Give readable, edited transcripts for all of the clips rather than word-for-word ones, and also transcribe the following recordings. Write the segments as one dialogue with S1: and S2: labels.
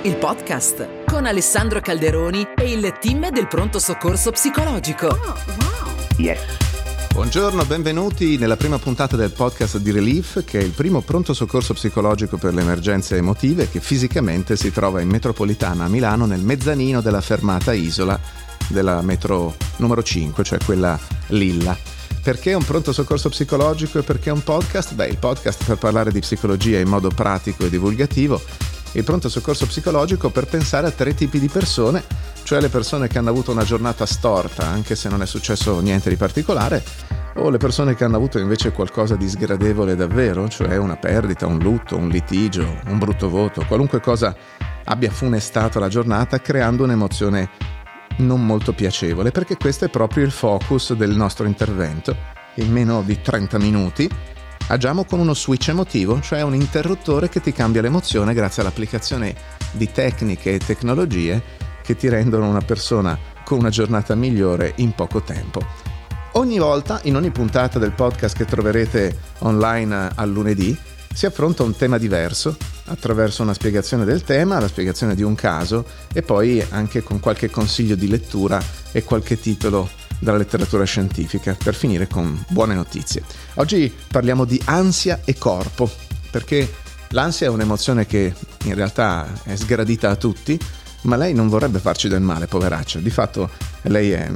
S1: il podcast con Alessandro Calderoni e il team del pronto soccorso psicologico.
S2: Oh, wow.
S3: Yes.
S4: Buongiorno, benvenuti nella prima puntata del podcast di Relief, che è il primo pronto soccorso psicologico per le emergenze emotive che fisicamente si trova in metropolitana a Milano, nel mezzanino della fermata Isola della metro numero 5, cioè quella Lilla. Perché è un pronto soccorso psicologico e perché è un podcast? Beh, il podcast per parlare di psicologia in modo pratico e divulgativo, il pronto soccorso psicologico per pensare a 3 tipi di persone, cioè le persone che hanno avuto una giornata storta anche se non è successo niente di particolare, o le persone che hanno avuto invece qualcosa di sgradevole davvero, cioè una perdita, un lutto, un litigio, un brutto voto, qualunque cosa abbia funestato la giornata creando un'emozione non molto piacevole, perché questo è proprio il focus del nostro intervento. In meno di 30 minuti agiamo con uno switch emotivo, cioè un interruttore che ti cambia l'emozione grazie all'applicazione di tecniche e tecnologie che ti rendono una persona con una giornata migliore in poco tempo. Ogni volta, in ogni puntata del podcast che troverete online al lunedì, si affronta un tema diverso attraverso una spiegazione del tema, la spiegazione di un caso e poi anche con qualche consiglio di lettura e qualche titolo dalla letteratura scientifica, per finire con buone notizie. Oggi parliamo di ansia e corpo, perché l'ansia è un'emozione che in realtà è sgradita a tutti, ma lei non vorrebbe farci del male, poveraccia. Di fatto lei è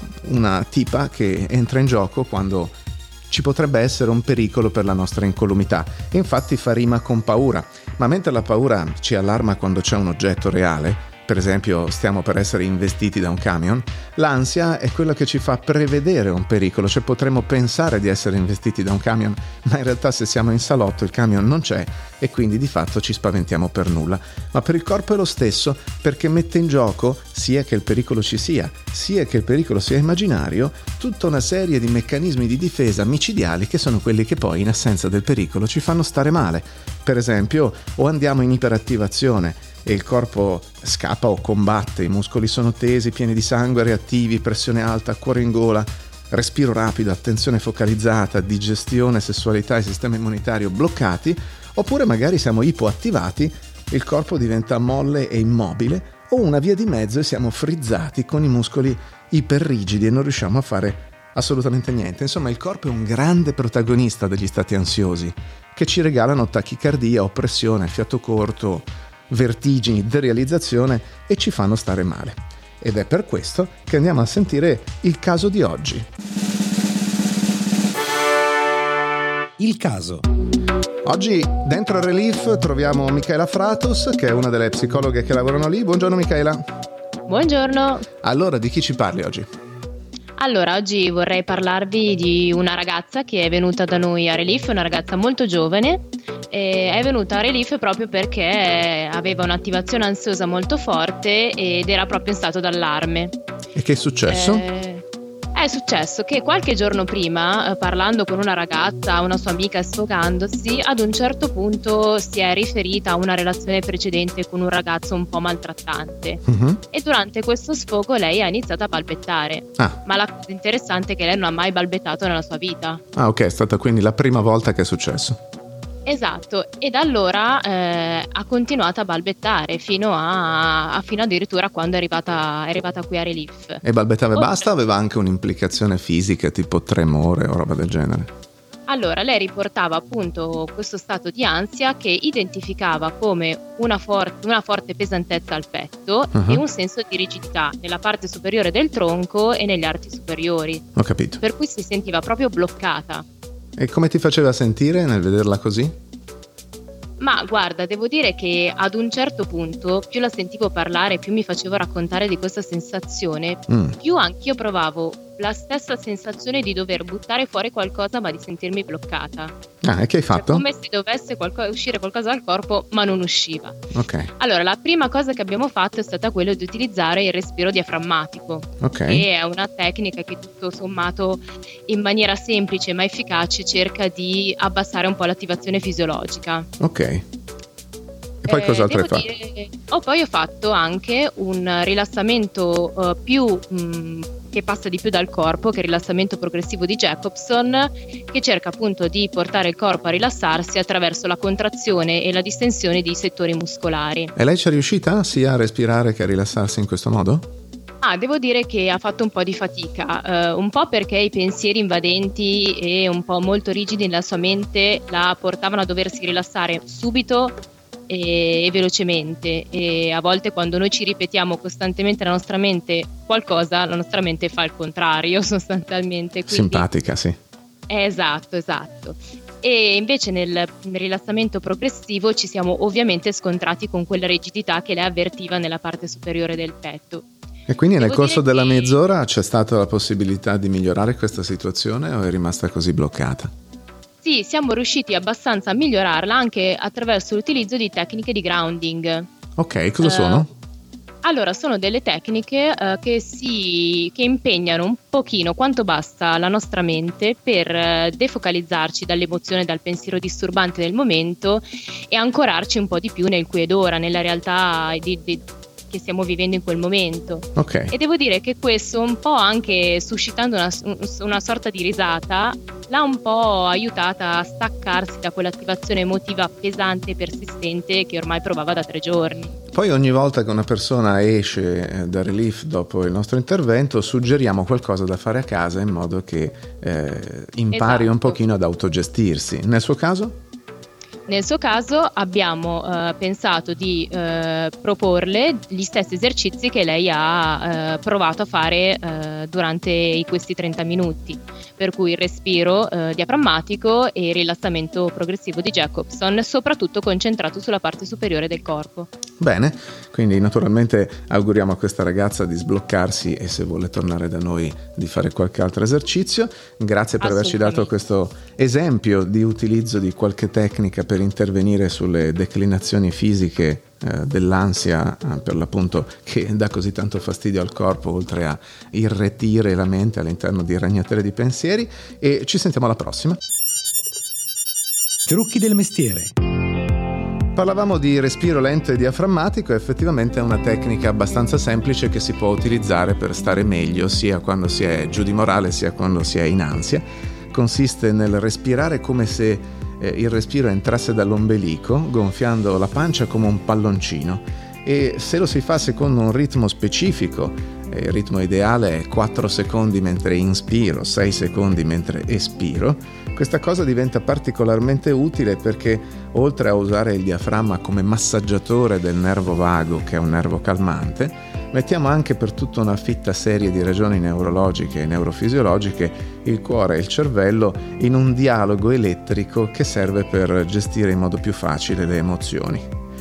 S4: una tipa che entra in gioco quando ci potrebbe essere un pericolo per la nostra incolumità. Infatti fa rima con paura, ma mentre la paura ci allarma quando c'è un oggetto reale, per esempio stiamo per essere investiti da un camion, l'ansia è quella che ci fa prevedere un pericolo, cioè potremmo pensare di essere investiti da un camion, ma in realtà se siamo in salotto il camion non c'è e quindi di fatto ci spaventiamo per nulla. Ma per il corpo è lo stesso, perché mette in gioco, sia che il pericolo ci sia che il pericolo sia immaginario, tutta una serie di meccanismi di difesa micidiali che sono quelli che poi in assenza del pericolo ci fanno stare male. Per esempio, o andiamo in iperattivazione e il corpo scappa o combatte, i muscoli sono tesi, pieni di sangue, reattivi, pressione alta, cuore in gola, respiro rapido, attenzione focalizzata, digestione, sessualità e sistema immunitario bloccati, oppure magari siamo ipoattivati, il corpo diventa molle e immobile, o una via di mezzo e siamo frizzati con i muscoli iperrigidi e non riusciamo a fare assolutamente niente. Insomma, il corpo è un grande protagonista degli stati ansiosi, che ci regalano tachicardia, oppressione, fiato corto, vertigini, derealizzazione e ci fanno stare male. Ed è per questo che andiamo a sentire il caso di oggi.
S5: Il caso.
S4: Oggi dentro Relief troviamo Michaela Fratos, che è una delle psicologhe che lavorano lì. Buongiorno Michaela.
S6: Buongiorno.
S4: Allora, di chi ci parli oggi?
S6: Allora, oggi vorrei parlarvi di una ragazza che è venuta da noi a Relief, una ragazza molto giovane. È venuta a Relief proprio perché aveva un'attivazione ansiosa molto forte ed era proprio in stato d'allarme.
S4: E che è successo?
S6: È successo che qualche giorno prima, parlando con una ragazza, una sua amica, sfogandosi, ad un certo punto si è riferita a una relazione precedente con un ragazzo un po' maltrattante. E durante questo sfogo lei ha iniziato a balbettare. Ma la cosa interessante è che lei non ha mai balbettato nella sua vita.
S4: Ah, ok, è stata quindi la prima volta che è successo.
S6: Esatto, e da allora ha continuato a balbettare fino addirittura quando è arrivata qui a Relief.
S4: E balbettava e basta? Aveva anche un'implicazione fisica tipo tremore o roba del genere?
S6: Allora, lei riportava appunto questo stato di ansia che identificava come una forte pesantezza al petto e un senso di rigidità nella parte superiore del tronco e negli arti superiori.
S4: Ho capito.
S6: Per cui si sentiva proprio bloccata.
S4: E come ti faceva sentire nel vederla così?
S6: Ma guarda, devo dire che ad un certo punto più la sentivo parlare, più mi facevo raccontare di questa sensazione, più anch'io provavo la stessa sensazione di dover buttare fuori qualcosa ma di sentirmi bloccata.
S4: Ah, e che hai fatto?
S6: Cioè, come se dovesse uscire qualcosa dal corpo ma non usciva.
S4: Ok.
S6: Allora, la prima cosa che abbiamo fatto è stata quella di utilizzare il respiro diaframmatico, che è una tecnica che tutto sommato in maniera semplice ma efficace cerca di abbassare un po' l'attivazione fisiologica.
S4: Ok. E poi cos'altro hai fatto?
S6: Poi ho fatto anche un rilassamento più che passa di più dal corpo, che è il rilassamento progressivo di Jacobson, che cerca appunto di portare il corpo a rilassarsi attraverso la contrazione e la distensione dei settori muscolari.
S4: E lei ci è riuscita sia a respirare che a rilassarsi in questo modo?
S6: Devo dire che ha fatto un po' di fatica, un po' perché i pensieri invadenti e un po' molto rigidi nella sua mente la portavano a doversi rilassare subito e velocemente, e a volte quando noi ci ripetiamo costantemente la nostra mente qualcosa, la nostra mente fa il contrario sostanzialmente. Quindi...
S4: Simpatica, sì.
S6: Esatto. E invece nel rilassamento progressivo ci siamo ovviamente scontrati con quella rigidità che lei avvertiva nella parte superiore del petto.
S4: E quindi nel corso della mezz'ora c'è stata la possibilità di migliorare questa situazione o è rimasta così bloccata?
S6: Sì, siamo riusciti abbastanza a migliorarla anche attraverso l'utilizzo di tecniche di grounding.
S4: Ok, cosa sono?
S6: Allora, sono delle tecniche che impegnano un pochino quanto basta la nostra mente per defocalizzarci dall'emozione, dal pensiero disturbante del momento e ancorarci un po' di più nel qui ed ora, nella realtà che stiamo vivendo in quel momento.
S4: Okay.
S6: E devo dire che questo, un po' anche suscitando una sorta di risata, l'ha un po' aiutata a staccarsi da quell'attivazione emotiva pesante e persistente che ormai provava da 3 giorni.
S4: Poi ogni volta che una persona esce da Relief dopo il nostro intervento suggeriamo qualcosa da fare a casa in modo che impari un pochino ad autogestirsi. Nel suo caso?
S6: Nel suo caso abbiamo pensato di proporle gli stessi esercizi che lei ha provato a fare durante questi 30 minuti, per cui il respiro diaframmatico e il rilassamento progressivo di Jacobson, soprattutto concentrato sulla parte superiore del corpo.
S4: Bene, quindi naturalmente auguriamo a questa ragazza di sbloccarsi e se vuole tornare da noi di fare qualche altro esercizio. Grazie per averci dato questo esempio di utilizzo di qualche tecnica per intervenire sulle declinazioni fisiche dell'ansia, per l'appunto, che dà così tanto fastidio al corpo, oltre a irretire la mente all'interno di ragnatele di pensieri. E ci sentiamo alla prossima.
S5: Trucchi del mestiere.
S4: Parlavamo di respiro lento e diaframmatico e effettivamente è una tecnica abbastanza semplice che si può utilizzare per stare meglio sia quando si è giù di morale sia quando si è in ansia. Consiste nel respirare come se il respiro entrasse dall'ombelico, gonfiando la pancia come un palloncino, e se lo si fa secondo un ritmo specifico, il ritmo ideale è 4 secondi mentre inspiro, 6 secondi mentre espiro, questa cosa diventa particolarmente utile perché oltre a usare il diaframma come massaggiatore del nervo vago, che è un nervo calmante, mettiamo anche per tutta una fitta serie di ragioni neurologiche e neurofisiologiche il cuore e il cervello in un dialogo elettrico che serve per gestire in modo più facile le emozioni.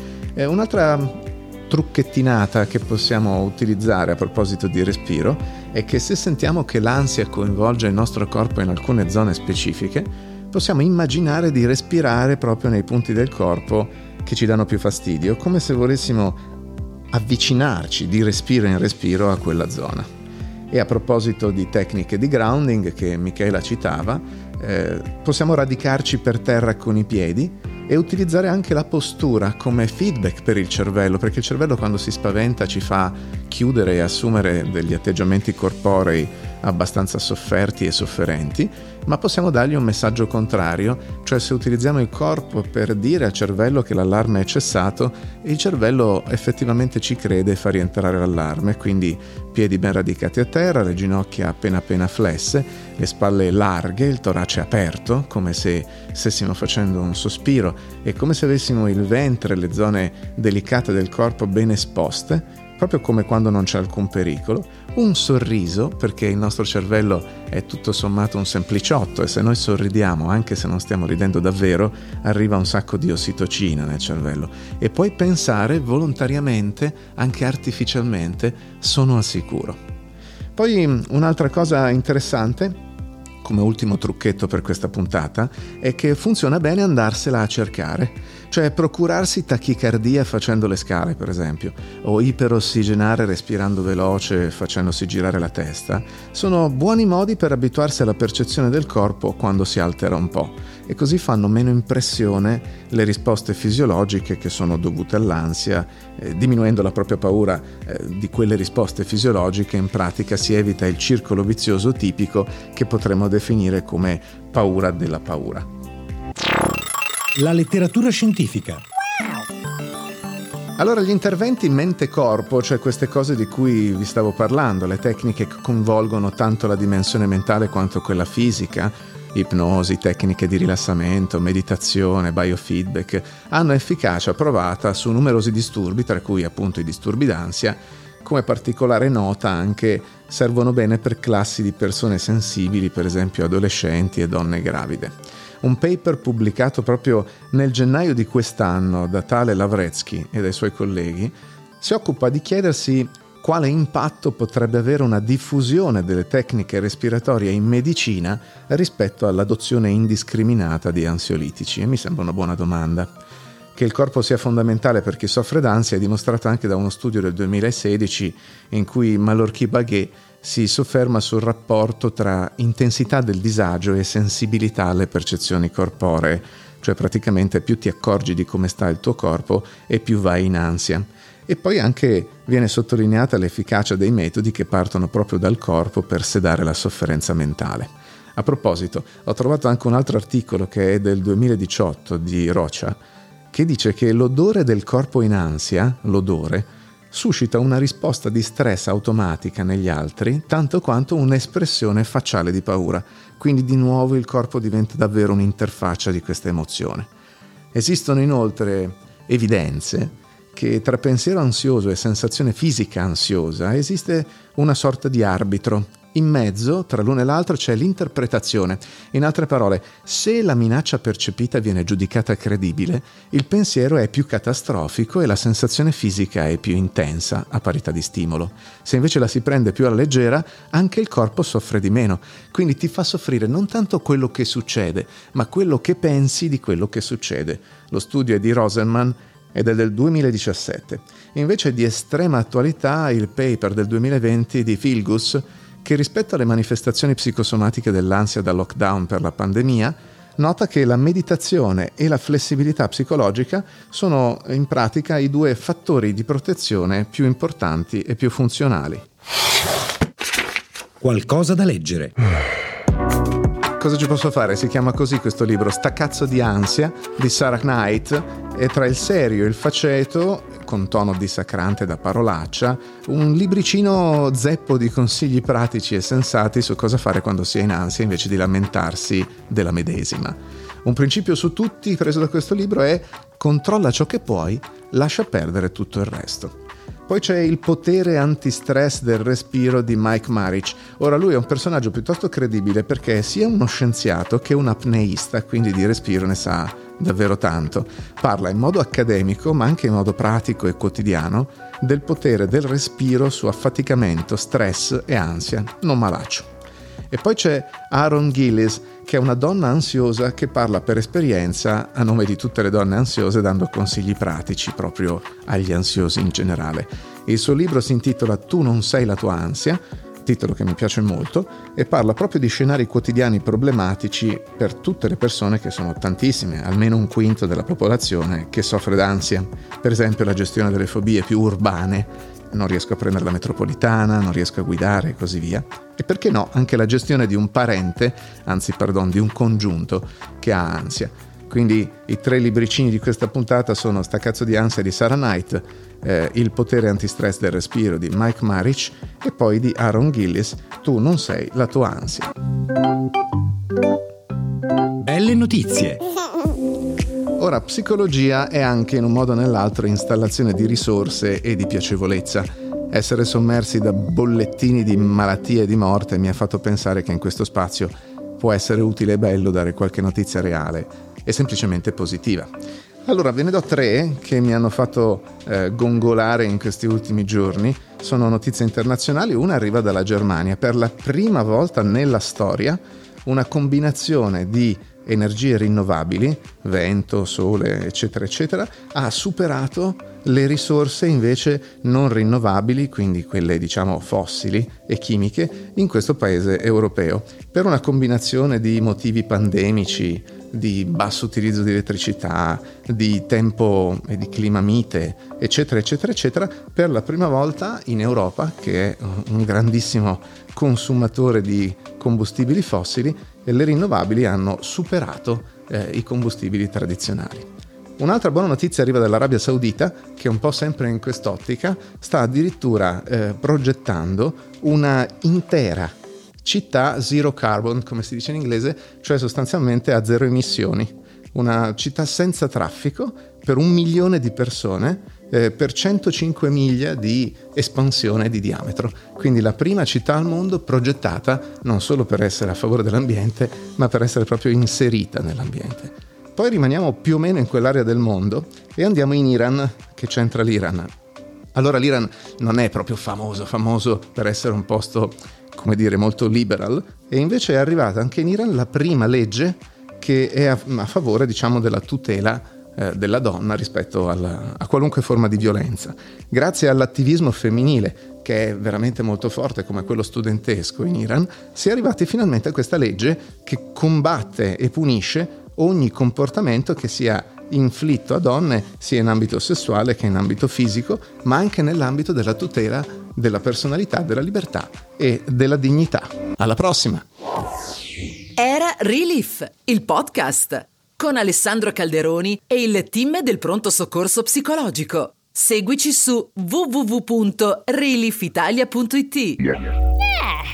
S4: Un'altra trucchettinata che possiamo utilizzare a proposito di respiro è che se sentiamo che l'ansia coinvolge il nostro corpo in alcune zone specifiche, possiamo immaginare di respirare proprio nei punti del corpo che ci danno più fastidio, come se volessimo avvicinarci di respiro in respiro a quella zona. E a proposito di tecniche di grounding che Michela citava, possiamo radicarci per terra con i piedi e utilizzare anche la postura come feedback per il cervello, perché il cervello quando si spaventa ci fa chiudere e assumere degli atteggiamenti corporei abbastanza sofferti e sofferenti, ma possiamo dargli un messaggio contrario, cioè se utilizziamo il corpo per dire al cervello che l'allarme è cessato, il cervello effettivamente ci crede e fa rientrare l'allarme, quindi piedi ben radicati a terra, le ginocchia appena flesse, le spalle larghe, il torace aperto, come se stessimo facendo un sospiro e come se avessimo il ventre e le zone delicate del corpo ben esposte, proprio come quando non c'è alcun pericolo, un sorriso, perché il nostro cervello è tutto sommato un sempliciotto e se noi sorridiamo, anche se non stiamo ridendo davvero, arriva un sacco di ossitocina nel cervello e puoi pensare volontariamente, anche artificialmente, sono al sicuro. Poi un'altra cosa interessante, come ultimo trucchetto per questa puntata, è che funziona bene andarsela a cercare, cioè procurarsi tachicardia facendo le scale, per esempio, o iperossigenare respirando veloce facendosi girare la testa. Sono buoni modi per abituarsi alla percezione del corpo quando si altera un po'. e così fanno meno impressione le risposte fisiologiche che sono dovute all'ansia. Diminuendo la propria paura di quelle risposte fisiologiche, in pratica si evita il circolo vizioso tipico che potremmo definire come paura della paura.
S5: La letteratura scientifica.
S4: Allora, gli interventi mente-corpo, cioè queste cose di cui vi stavo parlando, le tecniche che coinvolgono tanto la dimensione mentale quanto quella fisica, ipnosi, tecniche di rilassamento, meditazione, biofeedback, hanno efficacia provata su numerosi disturbi, tra cui appunto i disturbi d'ansia. Come particolare nota anche servono bene per classi di persone sensibili, per esempio adolescenti e donne gravide. Un paper pubblicato proprio nel gennaio di quest'anno da tale Lavretsky e dai suoi colleghi si occupa di chiedersi quale impatto potrebbe avere una diffusione delle tecniche respiratorie in medicina rispetto all'adozione indiscriminata di ansiolitici, e mi sembra una buona domanda. Che il corpo sia fondamentale per chi soffre d'ansia è dimostrato anche da uno studio del 2016 in cui Malorky Baguet si sofferma sul rapporto tra intensità del disagio e sensibilità alle percezioni corporee, cioè praticamente più ti accorgi di come sta il tuo corpo e più vai in ansia. E poi anche viene sottolineata l'efficacia dei metodi che partono proprio dal corpo per sedare la sofferenza mentale. A proposito, ho trovato anche un altro articolo che è del 2018 di Rocha, che dice che l'odore del corpo in ansia, l'odore, suscita una risposta di stress automatica negli altri, tanto quanto un'espressione facciale di paura. Quindi di nuovo il corpo diventa davvero un'interfaccia di questa emozione. Esistono inoltre evidenze che tra pensiero ansioso e sensazione fisica ansiosa esiste una sorta di arbitro. In mezzo, tra l'uno e l'altro, c'è l'interpretazione. In altre parole, se la minaccia percepita viene giudicata credibile, il pensiero è più catastrofico e la sensazione fisica è più intensa a parità di stimolo. Se invece la si prende più alla leggera, anche il corpo soffre di meno. Quindi ti fa soffrire non tanto quello che succede, ma quello che pensi di quello che succede. Lo studio è di Rosenman ed è del 2017. Invece è di estrema attualità il paper del 2020 di Vilgus, che rispetto alle manifestazioni psicosomatiche dell'ansia da lockdown per la pandemia, nota che la meditazione e la flessibilità psicologica sono in pratica i due fattori di protezione più importanti e più funzionali.
S5: Qualcosa da leggere.
S4: Cosa ci posso fare? Si chiama così questo libro, Sta cazzo di ansia, di Sarah Knight, e tra il serio e il faceto, con tono dissacrante da parolaccia, un libricino zeppo di consigli pratici e sensati su cosa fare quando si è in ansia invece di lamentarsi della medesima. Un principio su tutti preso da questo libro è: controlla ciò che puoi, lascia perdere tutto il resto. Poi c'è Il potere antistress del respiro di Mike Maric. Ora, lui è un personaggio piuttosto credibile perché è sia uno scienziato che un apneista, quindi di respiro ne sa davvero tanto. Parla in modo accademico, ma anche in modo pratico e quotidiano, del potere del respiro su affaticamento, stress e ansia. Non malaccio. E poi c'è Aaron Gillis, che è una donna ansiosa che parla per esperienza a nome di tutte le donne ansiose, dando consigli pratici proprio agli ansiosi in generale. Il suo libro si intitola Tu non sei la tua ansia, titolo che mi piace molto, e parla proprio di scenari quotidiani problematici per tutte le persone, che sono tantissime, almeno un quinto della popolazione che soffre d'ansia. Per esempio la gestione delle fobie più urbane: non riesco a prendere la metropolitana, non riesco a guidare e così via. E perché no, anche la gestione di un parente, di un congiunto che ha ansia. Quindi i 3 libricini di questa puntata sono Sta cazzo di ansia di Sarah Knight, Il potere antistress del respiro di Mike Maric e poi di Aaron Gillis, Tu non sei la tua ansia.
S5: Belle notizie.
S4: Ora, psicologia è anche in un modo o nell'altro installazione di risorse e di piacevolezza. Essere sommersi da bollettini di malattie e di morte mi ha fatto pensare che in questo spazio può essere utile e bello dare qualche notizia reale e semplicemente positiva. Allora, ve ne do 3 che mi hanno fatto gongolare in questi ultimi giorni. Sono notizie internazionali. Una arriva dalla Germania. Per la prima volta nella storia una combinazione di energie rinnovabili, vento, sole, eccetera, eccetera, ha superato le risorse invece non rinnovabili, quindi quelle fossili e chimiche, in questo paese europeo, per una combinazione di motivi pandemici, di basso utilizzo di elettricità, di tempo e di clima mite, eccetera, eccetera, eccetera, per la prima volta in Europa, che è un grandissimo consumatore di combustibili fossili, e le rinnovabili hanno superato i combustibili tradizionali. Un'altra buona notizia arriva dall'Arabia Saudita, che un po' sempre in quest'ottica sta addirittura progettando una intera città zero carbon, come si dice in inglese, cioè sostanzialmente a zero emissioni, una città senza traffico per 1 milione di persone, per 105 miglia di espansione di diametro. Quindi la prima città al mondo progettata non solo per essere a favore dell'ambiente, ma per essere proprio inserita nell'ambiente. Poi rimaniamo più o meno in quell'area del mondo e andiamo in Iran, che c'entra l'Iran. Allora l'Iran non è proprio famoso per essere un posto, come dire, molto liberal, e invece è arrivata anche in Iran la prima legge che è a favore, diciamo, della tutela della donna rispetto a qualunque forma di violenza. Grazie all'attivismo femminile, che è veramente molto forte come quello studentesco in Iran, si è arrivati finalmente a questa legge che combatte e punisce ogni comportamento che sia inflitto a donne, sia in ambito sessuale che in ambito fisico, ma anche nell'ambito della tutela della personalità, della libertà e della dignità. Alla prossima!
S1: Era Relief, il podcast con Alessandro Calderoni e il team del pronto soccorso psicologico. Seguici su www.reliefitalia.it.